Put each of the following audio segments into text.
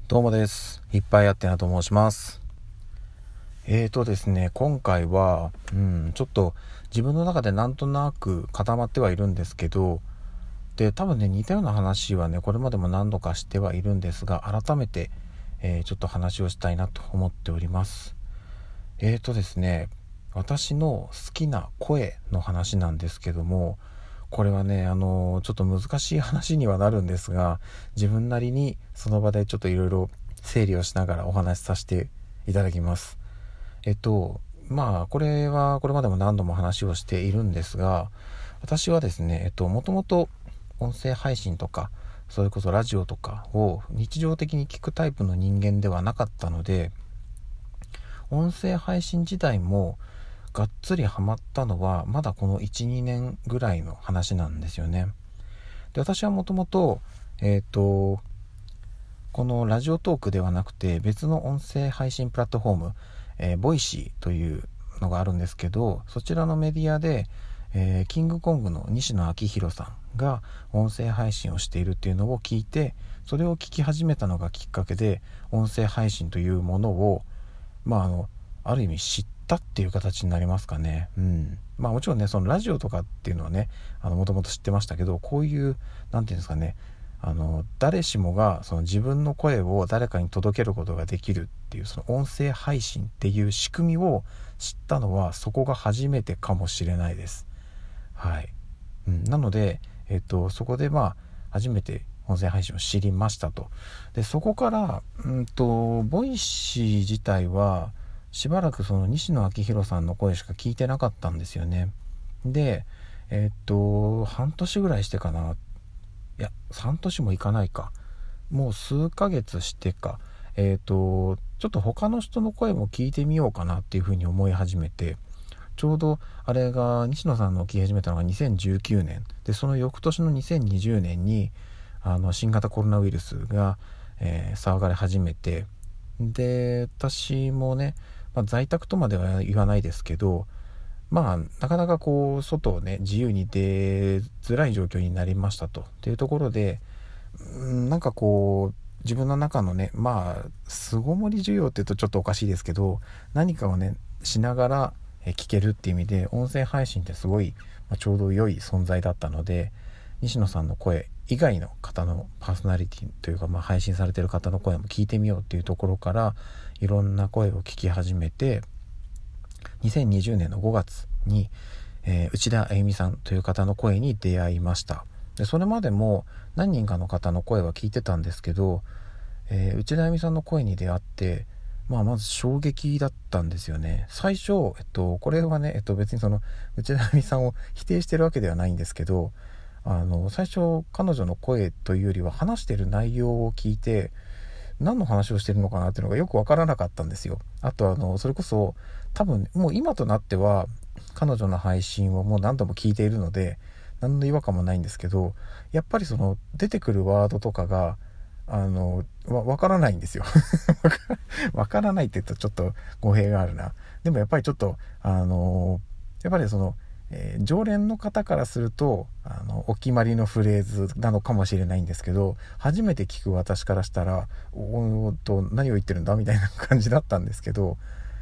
どうもです。いっぱいあってなと申します。ですね、今回は、ちょっと自分の中でなんとなく固まってはいるんですけど、で、多分ね、似たような話はね、これまでも何度かしてはいるんですが、改めて、ちょっと話をしたいなと思っております。ですね、私の好きな声の話なんですけども、これはね、ちょっと難しい話にはなるんですが、自分なりにその場でちょっといろいろ整理をしながらお話しさせていただきます。これはこれまでも何度も話をしているんですが、私はですね、もともと音声配信とか、それこそラジオとかを日常的に聞くタイプの人間ではなかったので、音声配信自体もがっつりハマったのはまだこの 1,2 年ぐらいの話なんですよね。で、私はもともとこのラジオトークではなくて別の音声配信プラットフォーム、ボイシーというのがあるんですけど、そちらのメディアで、キングコングの西野昭弘さんが音声配信をしているっていうのを聞いて、それを聞き始めたのがきっかけで音声配信というものをある意味知ったっていう形になりますかね。もちろんね、そのラジオとかっていうのはね、もともと知ってましたけど、こういうなんていうんですかね、誰しもがその自分の声を誰かに届けることができるっていうその音声配信っていう仕組みを知ったのはそこが初めてかもしれないです。はい。なので、そこで初めて音声配信を知りましたと。で、そこからボイシー自体はしばらくその西野昭弘さんの声しか聞いてなかったんですよね。で、半年ぐらいしてかな、いや半年もいかないか、もう数ヶ月してか、ちょっと他の人の声も聞いてみようかなっていうふうに思い始めて、ちょうどあれが西野さんの聞き始めたのが2019年で、その翌年の2020年に新型コロナウイルスが、騒がれ始めて、で私もね、在宅とまでは言わないですけど、なかなかこう外をね自由に出づらい状況になりましたとっていうところで、なんかこう自分の中のね、巣ごもり需要って言うとちょっとおかしいですけど、何かをねしながら聞けるっていう意味で音声配信ってすごい、ちょうど良い存在だったので、西野さんの声以外の方のパーソナリティというか、配信されてる方の声も聞いてみようっていうところからいろんな声を聞き始めて、2020年の5月に、内田あゆみさんという方の声に出会いました。で、それまでも何人かの方の声は聞いてたんですけど、内田あゆみさんの声に出会って、まず衝撃だったんですよね。最初、これはね、別にその内田あゆみさんを否定してるわけではないんですけど、最初彼女の声というよりは話してる内容を聞いて、何の話をしてるのかなっていうのがよくわからなかったんですよ。あとそれこそ多分もう今となっては彼女の配信をもう何度も聞いているので何の違和感もないんですけど、やっぱりその出てくるワードとかがわからないんですよ。わからないって言うとちょっと語弊があるな。でもやっぱりちょっとやっぱりその常連の方からするとお決まりのフレーズなのかもしれないんですけど、初めて聞く私からしたら何を言ってるんだみたいな感じだったんですけど、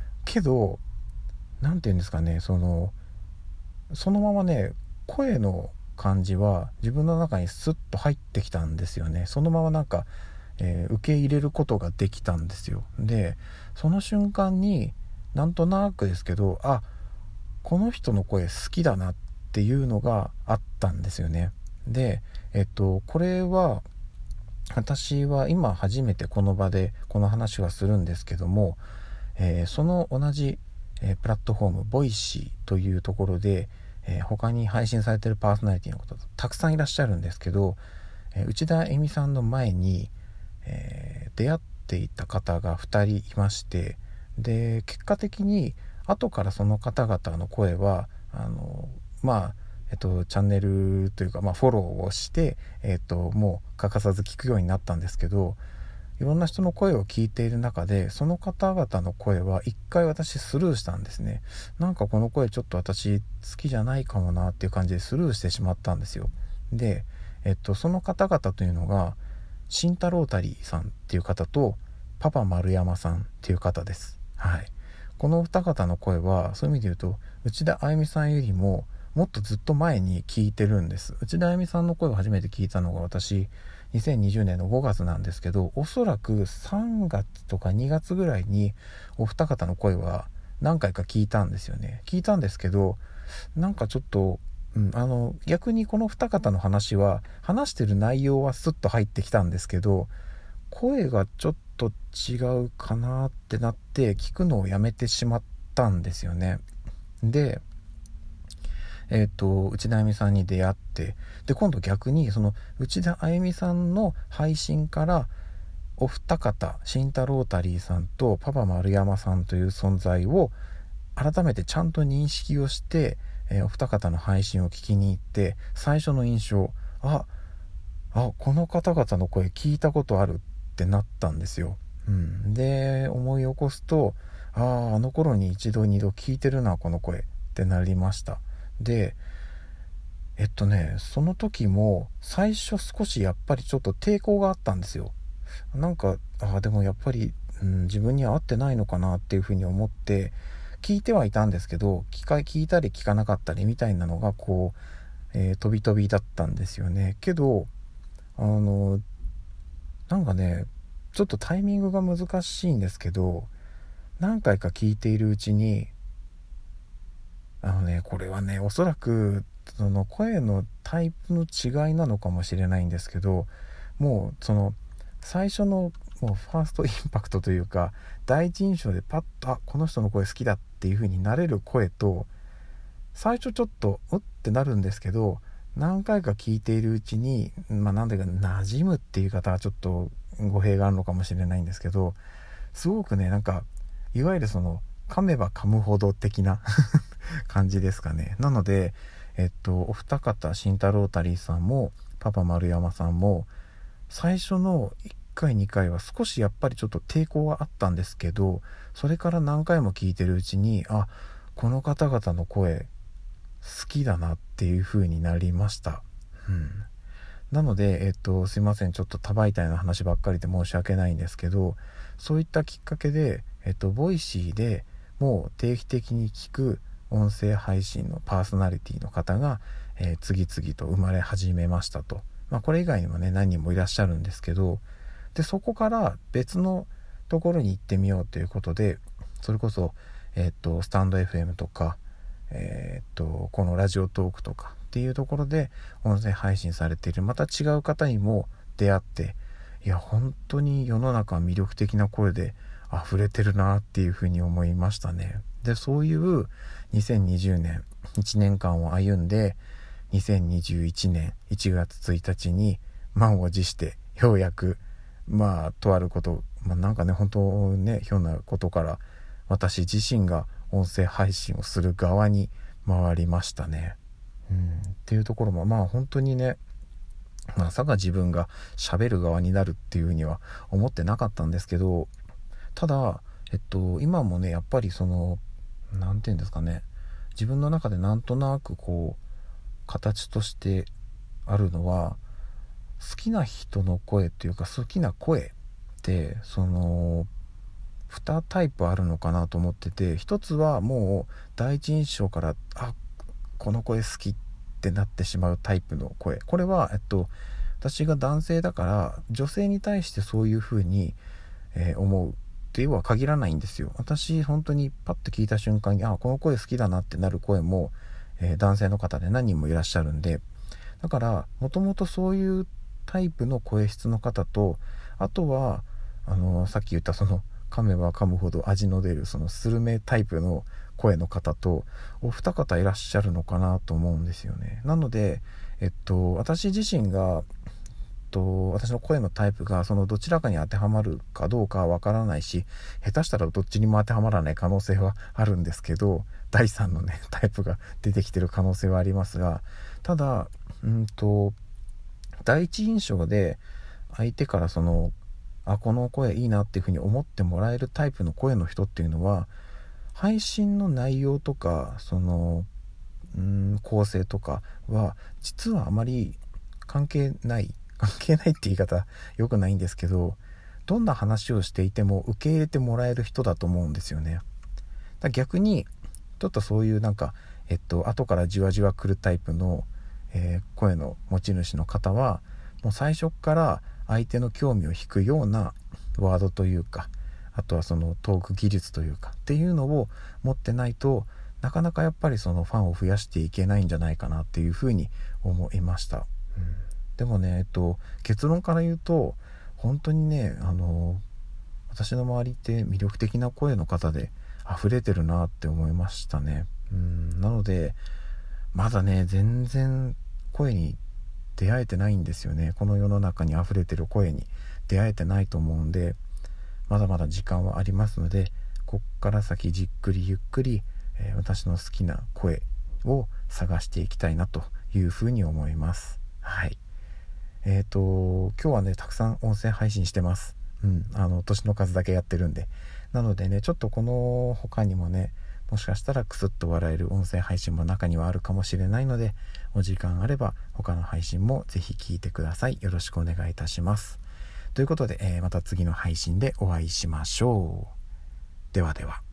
なんて言うんですかね、そのままね声の感じは自分の中にスッと入ってきたんですよね。そのままなんか、受け入れることができたんですよ。で、その瞬間になんとなくですけど、この人の声好きだなっていうのがあったんですよね。で、これは私は今初めてこの場でこの話はするんですけども、その同じ、プラットフォームボイシーというところで、他に配信されているパーソナリティの方たくさんいらっしゃるんですけど、内田恵美さんの前に、出会っていた方が2人いまして、で結果的に後からその方々の声はチャンネルというか、フォローをして、もう欠かさず聞くようになったんですけど、いろんな人の声を聞いている中でその方々の声は一回私スルーしたんですね。なんかこの声ちょっと私好きじゃないかもなっていう感じでスルーしてしまったんですよ。で、その方々というのが慎太郎たりさんっていう方とパパ丸山さんっていう方です。はい。このお二方の声はそういう意味で言うと内田あゆみさんよりももっとずっと前に聞いてるんです。内田あゆみさんの声を初めて聞いたのが私2020年の5月なんですけど、おそらく3月とか2月ぐらいにお二方の声は何回か聞いたんですよね。聞いたんですけど、なんかちょっと、逆にこの二方の話してる内容はスッと入ってきたんですけど、声がちょっと違うかなってなって聞くのをやめてしまったんですよね。で、内田あゆみさんに出会って、で今度逆にその内田あゆみさんの配信からお二方、慎太郎タリーさんとパパ丸山さんという存在を改めてちゃんと認識をして、お二方の配信を聞きに行って、最初の印象、この方々の声聞いたことあるってなったんですよ。で思い起こすと、あの頃に一度二度聞いてるなこの声ってなりました。でその時も最初少しやっぱりちょっと抵抗があったんですよ。なんかでもやっぱり、自分には合ってないのかなっていうふうに思って聞いてはいたんですけど、聞いたり聞かなかったりみたいなのがこう、飛び飛びだったんですよね。けどなんかね、ちょっとタイミングが難しいんですけど、何回か聞いているうちにこれはね、おそらくその声のタイプの違いなのかもしれないんですけど、もうその最初のもうファーストインパクトというか、第一印象でパッとこの人の声好きだっていう風になれる声と、最初ちょっとってなるんですけど、何回か聞いているうちになんだか馴染むっていう言い方はちょっと語弊があるのかもしれないんですけど、すごくね、なんかいわゆるその噛めば噛むほど的な感じですかね。なのでお二方、慎太郎タリーさんもパパ丸山さんも最初の1回2回は少しやっぱりちょっと抵抗はあったんですけど、それから何回も聞いてるうちにこの方々の声好きだなっていう風になりました。なので、すいません、ちょっと多媒体の話ばっかりで申し訳ないんですけど、そういったきっかけで、ボイシーでもう定期的に聞く音声配信のパーソナリティの方が、次々と生まれ始めましたと。これ以外にもね、何人もいらっしゃるんですけど、でそこから別のところに行ってみようということで、それこそ、スタンド FM とか、このラジオトークとかっていうところで音声配信されているまた違う方にも出会って、いや本当に世の中は魅力的な声で溢れてるなっていうふうに思いましたね。でそういう2020年1年間を歩んで、2021年1月1日に満を持してようやくとあること、なんかね本当ねひょんなことから私自身が音声配信をする側に回りましたね。っていうところも本当にね、まさか自分が喋る側になるっていうふうには思ってなかったんですけど、ただ今もねやっぱりそのなんていうんですかね、自分の中でなんとなくこう形としてあるのは、好きな人の声っていうか好きな声ってその2タイプあるのかなと思ってて、一つはもう第一印象からこの声好きってなってしまうタイプの声、これは私が男性だから女性に対してそういう風に、思うっていうは限らないんですよ。私本当にパッと聞いた瞬間にこの声好きだなってなる声も、男性の方で何人もいらっしゃるんで、だからもともとそういうタイプの声質の方と、あとはさっき言ったその噛めば噛むほど味の出るそのスルメタイプの声の方とお二方いらっしゃるのかなと思うんですよね。なので私自身が私の声のタイプがそのどちらかに当てはまるかどうかはわからないし、下手したらどっちにも当てはまらない可能性はあるんですけど、第3のねタイプが出てきてる可能性はありますが、ただ第一印象で相手からそのこの声いいなっていうふうに思ってもらえるタイプの声の人っていうのは、配信の内容とかその構成とかは実はあまり関係ない関係ないって言い方良くないんですけど、どんな話をしていても受け入れてもらえる人だと思うんですよね。逆にちょっとそういう後からじわじわ来るタイプの、声の持ち主の方はもう最初から相手の興味を引くようなワードというか、あとはそのトーク技術というかっていうのを持ってないと、なかなかやっぱりそのファンを増やしていけないんじゃないかなっていうふうに思いました。でもね、結論から言うと本当にね、私の周りって魅力的な声の方で溢れてるなって思いましたね。なのでまだね全然声に出会えてないんですよね。この世の中に溢れてる声に出会えてないと思うんで、まだまだ時間はありますので、こっから先じっくりゆっくり、私の好きな声を探していきたいなというふうに思います。はい。今日はねたくさん音声配信してます。年の数だけやってるんで。なのでね、ちょっとこの他にもね、もしかしたらクスッと笑える音声配信も中にはあるかもしれないので、お時間あれば他の配信もぜひ聞いてください。よろしくお願いいたします。ということで、また次の配信でお会いしましょう。ではでは。